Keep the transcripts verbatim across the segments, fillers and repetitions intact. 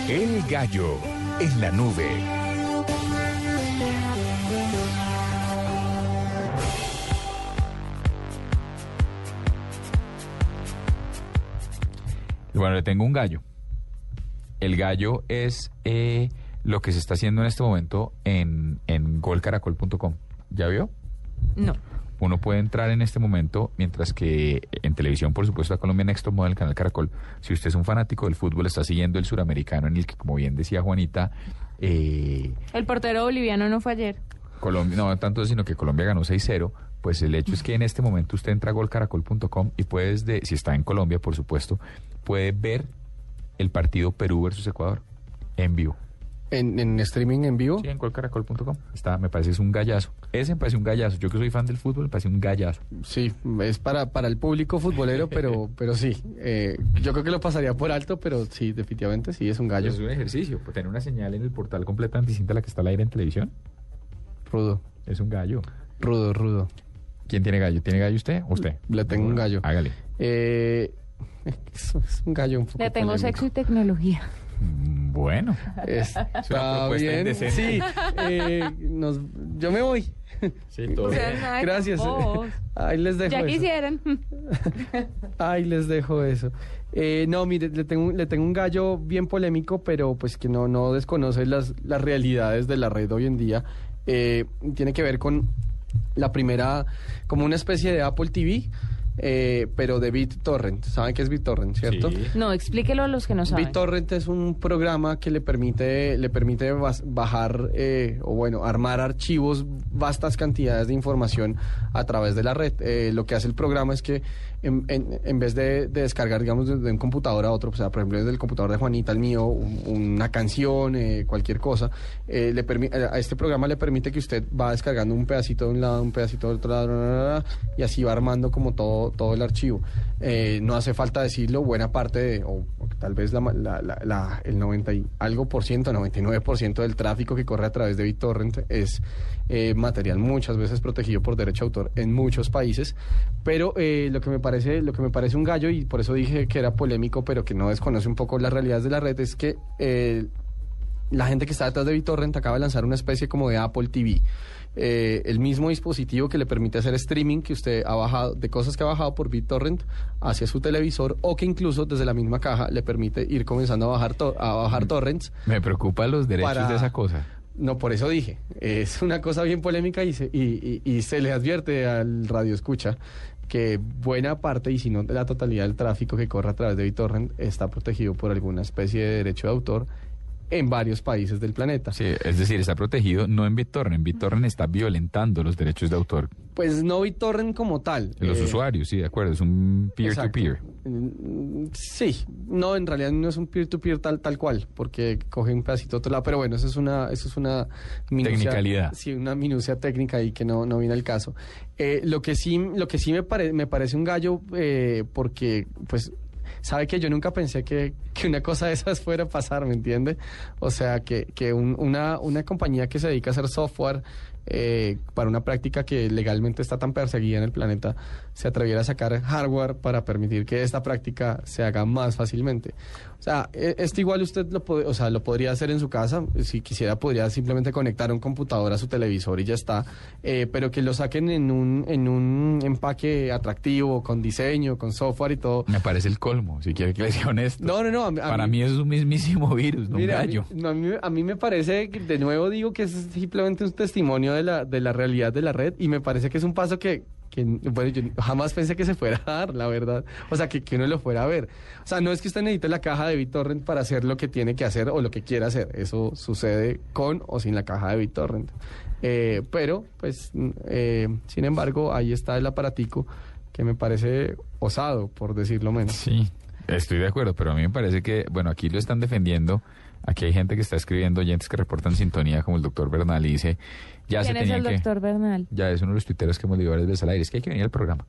El Gallo, en la nube. Bueno, le tengo un gallo. El gallo es eh, lo que se está haciendo en este momento en, en gol caracol punto com. ¿Ya vio? No. Uno puede entrar en este momento, mientras que en televisión, por supuesto, la Colombia Next Top Model, el canal Caracol. Si usted es un fanático del fútbol, está siguiendo el suramericano, en el que, como bien decía Juanita... Eh, el portero boliviano no fue ayer. Colombia, no tanto, sino que Colombia ganó seis cero. Pues el hecho es que en este momento usted entra a gol caracol punto com y puedes, de, si está en Colombia, por supuesto, puede ver el partido Perú versus Ecuador en vivo. ¿En, en streaming en vivo? Sí, en gol caracol punto com. Está, me parece es un gallazo. Ese me parece un gallazo. Yo que soy fan del fútbol, me parece un gallazo. Sí, es para, para el público futbolero, pero, pero sí. Eh, yo creo que lo pasaría por alto, pero sí, definitivamente sí, es un gallo. Es un ejercicio. Pues tener una señal en el portal completamente distinta a la que está al aire en televisión. Rudo. Es un gallo. Rudo, rudo. ¿Quién tiene gallo? ¿Tiene gallo usted o usted? Le tengo un gallo. Hágale. Eh, es, es un gallo un poco Le tengo polémico. Sexo y tecnología. Bueno. Está Es una propuesta bien. indecente. Sí, eh, nos, yo me voy. Sí, todo O sea, bien. ay, Gracias. vos. Ahí les dejo Ya eso. quisieran. Ahí les dejo eso. Eh, no, mire, le tengo, le tengo un gallo bien polémico, pero pues que no, no desconoce las, las realidades de la red hoy en día. Eh, tiene que ver con la primera, como una especie de Apple T V, eh, pero de BitTorrent. ¿Saben qué es BitTorrent, cierto? Sí. No, explíquelo a los que no saben. BitTorrent es un programa que le permite, le permite bas- bajar, eh, o bueno, armar archivos, vastas cantidades de información a través de la red. Eh, lo que hace el programa es que en, en, en vez de, de descargar, digamos, de, de un computador a otro, o sea, por ejemplo, desde el computador de Juanita al mío, un- una canción, eh, cualquier cosa, eh, le permi- a este programa le permite que usted va descargando un pedacito de un lado, un pedacito del otro lado, bla, bla, bla, y así va armando como todo, todo el archivo. Eh, no hace falta decirlo, buena parte de, o, o tal vez la, la, la, la- el noventa y algo por ciento, noventa y nueve por ciento del tráfico que corre a través de BitTorrent es eh, material muchas veces protegido por derecho de autor en muchos países, pero eh, lo que me parece, lo que me parece un gallo, y por eso dije que era polémico, pero que no desconoce un poco las realidades de la red, es que eh, la gente que está detrás de BitTorrent acaba de lanzar una especie como de Apple T V. Eh, el mismo dispositivo que le permite hacer streaming que usted ha bajado, de cosas que ha bajado por BitTorrent hacia su televisor, o que incluso desde la misma caja le permite ir comenzando a bajar, to- a bajar torrents. Me preocupan los derechos Para- de esa cosa. No, por eso dije, es una cosa bien polémica y se, y, y, y se le advierte al radio escucha que buena parte, y si no la totalidad del tráfico que corre a través de BitTorrent está protegido por alguna especie de derecho de autor en varios países del planeta. Sí, es decir, está protegido no en BitTorrent. BitTorrent está violentando los derechos de autor. Pues no BitTorrent como tal. Los eh, usuarios, sí, de acuerdo. Es un peer-to-peer. Exacto. Mm, Sí, no, en realidad no es un peer-to-peer tal tal cual, porque coge un pedacito de otro lado, pero bueno, eso es una, eso es una minucia, Tecnicalidad. sí, una minucia técnica ahí que no, no viene al caso. Eh, lo que sí, lo que sí me pare, me parece un gallo, eh, porque pues sabe que yo nunca pensé que, que una cosa de esas fuera a pasar, ¿me entiende? O sea, que, que un- una, una compañía que se dedica a hacer software eh, para una práctica que legalmente está tan perseguida en el planeta se atreviera a sacar hardware para permitir que esta práctica se haga más fácilmente. O sea, e- esto igual usted lo, puede, o sea, lo podría hacer en su casa. Si quisiera, podría simplemente conectar un computador a su televisor y ya está. Eh, pero que lo saquen en un, en un empaque atractivo, con diseño, con software y todo. Me parece el colmo, si quiere que le sea honesto. No, no, no. a mí- a Para mí eso es un mismísimo virus, no un Mira, a mí, gallo. no, a, mí, a mí me parece, que, de nuevo digo que es simplemente un testimonio de la, de la realidad de la red, y me parece que es un paso que, que bueno, yo jamás pensé que se fuera a dar, la verdad. O sea, que, que uno lo fuera a ver. O sea, no es que usted necesite la caja de BitTorrent para hacer lo que tiene que hacer o lo que quiera hacer. Eso sucede con o sin la caja de BitTorrent. Eh, pero, pues, eh, sin embargo, ahí está el aparatico que me parece osado, por decirlo menos. Sí, estoy de acuerdo, pero a mí me parece que, bueno, aquí lo están defendiendo. Aquí hay gente que está escribiendo, oyentes que reportan sintonía, como el doctor Bernal, y dice, ya se ¿Quién es tenía el que... doctor Bernal? Ya es uno de los tuiteros que hemos leído varias veces al aire, es que hay que venir al programa.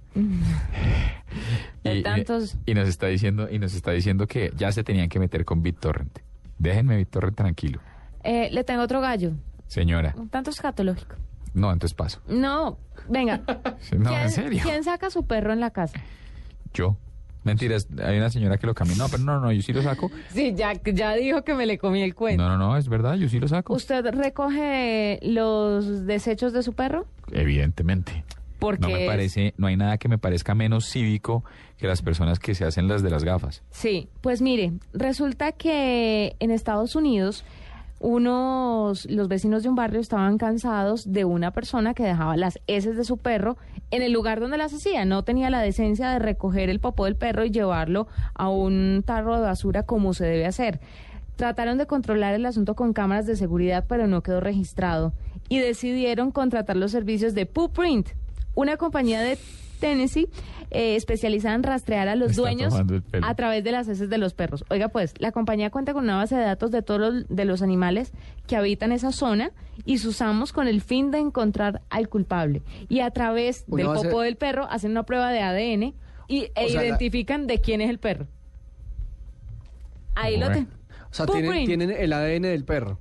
De tantos- y nos está diciendo, y nos está diciendo que ya se tenían que meter con BitTorrent. Déjenme BitTorrent tranquilo. Eh, le tengo otro gallo. Señora, Un tanto escatológico. no, entonces paso. No, venga. No, ¿Quién, en serio. ¿Quién saca a su perro en la casa? Yo. Mentiras, hay una señora que lo camina. No, pero no, no, yo sí lo saco. Sí, ya, ya dijo que me le comí el cuento. No, no, no, es verdad, yo sí lo saco. ¿Usted recoge los desechos de su perro? Evidentemente. Porque no me es- parece, no hay nada que me parezca menos cívico que las personas que se hacen las de las gafas. Sí, pues mire, resulta que en Estados Unidos unos, los vecinos de un barrio estaban cansados de una persona que dejaba las heces de su perro en el lugar donde las hacía. No tenía la decencia de recoger el popó del perro y llevarlo a un tarro de basura como se debe hacer. Trataron de controlar el asunto con cámaras de seguridad, pero no quedó registrado. Y decidieron contratar los servicios de Poo Print, una compañía de Tennessee eh, especializada en rastrear a los Está dueños tomando el pelo. a través de las heces de los perros. Oiga, pues, la compañía cuenta con una base de datos de todos los, de los animales que habitan esa zona y se usamos con el fin de encontrar al culpable. Y a través Una del base- popó del perro hacen una prueba de A D N y, e O sea, la- identifican de quién es el perro. Ahí lo Bueno. te... O sea, Poo tienen, Print. tienen el A D N del perro.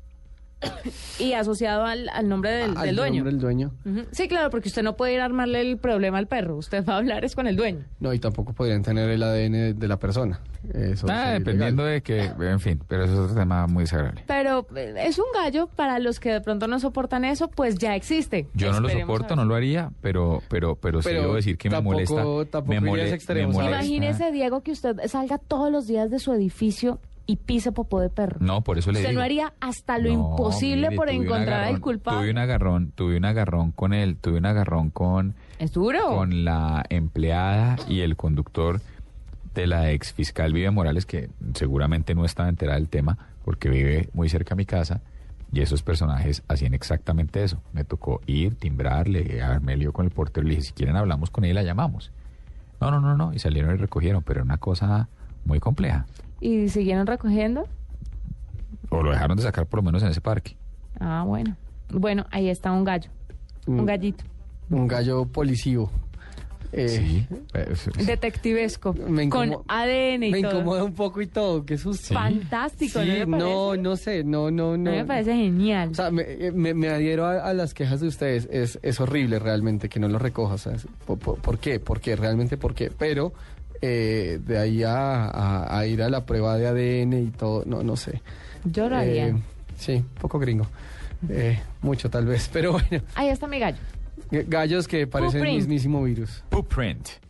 Y asociado al, al nombre del, Al del dueño. nombre del dueño. Ujú. Sí, claro, porque usted no puede ir a armarle el problema al perro. Usted va a hablar es con el dueño. No, y tampoco podrían tener el A D N de, de la persona. Eso Ah, sería dependiendo ilegal. de que, en fin, pero eso es otro tema muy desagradable. Pero eh, es un gallo para los que de pronto no soportan eso, pues ya existe. Yo no lo Esperemos soporto, a ver. no lo haría, pero, pero, pero, sí Pero debo decir que tampoco- me molesta. tampoco me, iría a mole- ese me extremo, ¿sabes? molesta. Imagínese, Diego, que usted salga todos los días de su edificio y pise popó de perro. No, por eso le Usted digo. no haría hasta lo No, imposible mire, por tuve un encontrar agarrón, al culpable. Tuve un agarrón, tuve un agarrón con él, tuve un agarrón con, Es duro. con la empleada y el conductor de la ex fiscal Vivian Morales, que seguramente no estaba enterada del tema, porque vive muy cerca a mi casa, y esos personajes hacían exactamente eso. Me tocó ir, timbrarle, a ver, me lío con el portero, le dije, si quieren hablamos con él, la llamamos. No, no, no, no, y salieron y recogieron, pero era una cosa muy compleja. ¿Y siguieron recogiendo? O lo dejaron de sacar por lo menos en ese parque. Ah, bueno. Bueno, ahí está un gallo. Mm. Un gallito. Un gallo policivo. Eh, Sí. pues, Detectivesco. Me con incomo- A D N y Me todo. incomoda un poco y todo, qué susto. Fantástico, Sí, ¿no le parece? no, no sé, no, no, A no. mí me parece genial. O sea, me, eh, me, me adhiero a, a las quejas de ustedes. Es, es horrible realmente que no lo recojas. O sea, es- ¿por, por, por qué? ¿Por qué? Realmente por qué. Pero eh, de ahí a, a- a ir a la prueba de A D N y todo, no, no sé. Yo lo haría. Eh, sí, un poco gringo. Eh, mucho tal vez, pero bueno. Ahí está mi gallo. Gallos que parecen el Print. mismísimo virus. Poo Print.